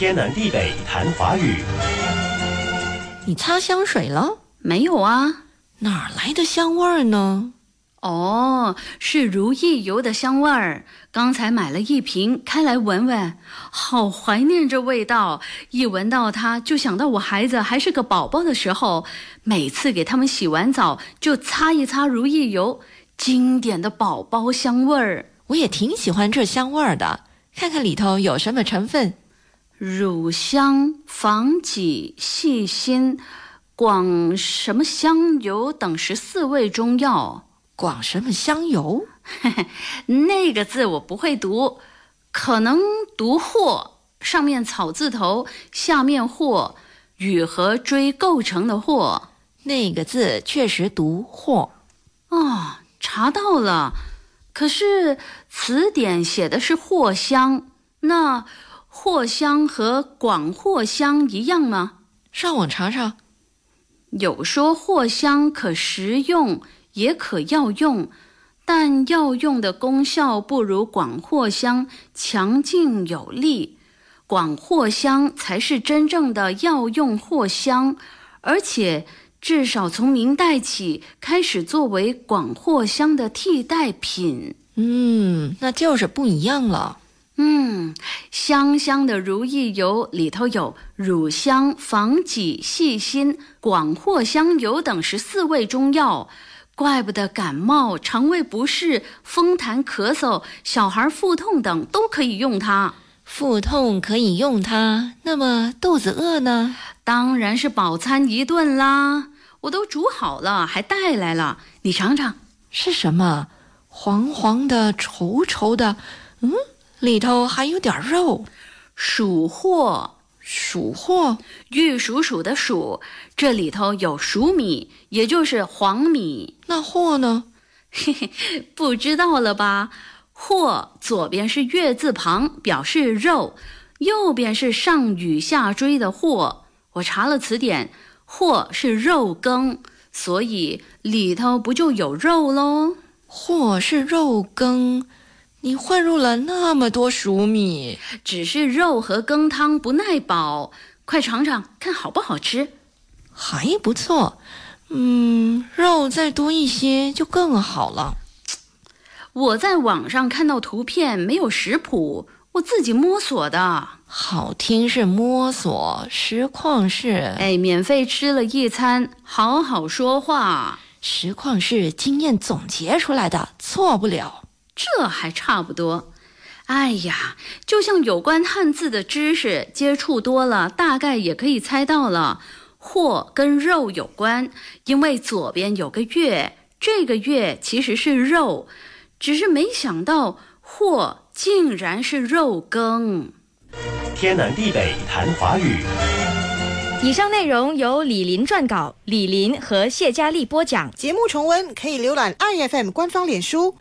天南地北谈华语。 你擦香水了？ 没有啊。 哪儿来的香味儿呢？ 哦，是如意油的香味儿。刚才买了一瓶，开来闻闻，好怀念这味道。一闻到它，就想到我孩子还是个宝宝的时候，每次给他们洗完澡就擦一擦如意油，经典的宝宝香味儿。 我也挺喜欢这香味儿的，看看里头有什么成分。 乳香、防己、细心、广什么香油等14味中药。 广什么香油？ 那个字我不会读，可能读惑，上面草字头，下面惑，雨和追构成的惑。 那个字确实读惑。 哦，查到了，可是词典写的是藿香，那藿香和广藿香一样吗？ 上网查查。 有说藿香可食用，也可药用，但药用的功效不如广藿香强劲有力。广藿香才是真正的药用藿香，而且至少从明代起开始作为广藿香的替代品。 那就是不一样了。 香香的如意油里头有乳香、防己、细心、广藿香油等14味中药，怪不得感冒、肠胃不适、风痰、咳嗽、小孩腹痛等都可以用它。 腹痛可以用它，那么肚子饿呢？ 当然是饱餐一顿啦，我都煮好了，还带来了，你尝尝。 是什么？黄黄的、稠稠的，里头还有点肉。 薯藿。 薯藿？ 玉蜀黍的黍，这里头有黍米，也就是黄米。 那藿呢？ 不知道了吧？藿左边是月字旁，表示肉，右边是上羽下追的藿。我查了词典，藿是肉羹，所以里头不就有肉喽？ 藿是肉羹，你混入了那么多黍米。 只是肉和羹汤不耐饱，快尝尝看好不好吃。 还不错，肉再多一些就更好了。 我在网上看到图片，没有食谱，我自己摸索的。 好听是摸索，实况是免费吃了一餐，好好说话。 实况是经验总结出来的，错不了。 这还差不多。哎呀，就像有关汉字的知识接触多了，大概也可以猜到了，藿跟肉有关，因为左边有个月，这个月其实是肉，只是没想到藿竟然是肉羹。 天南地北谈华语。 以上内容由李林撰稿，李林和谢佳丽播讲。 节目重温可以浏览 IFM 官方脸书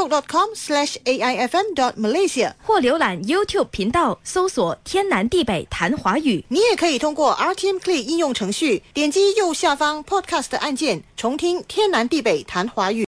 facebook.com/AIFM.Malaysia 或浏览 YouTube 频道，搜索天南地北谈华语。 你也可以通过 RTM Play 应用程序，点击右下方 Podcast 的按键，重听天南地北谈华语。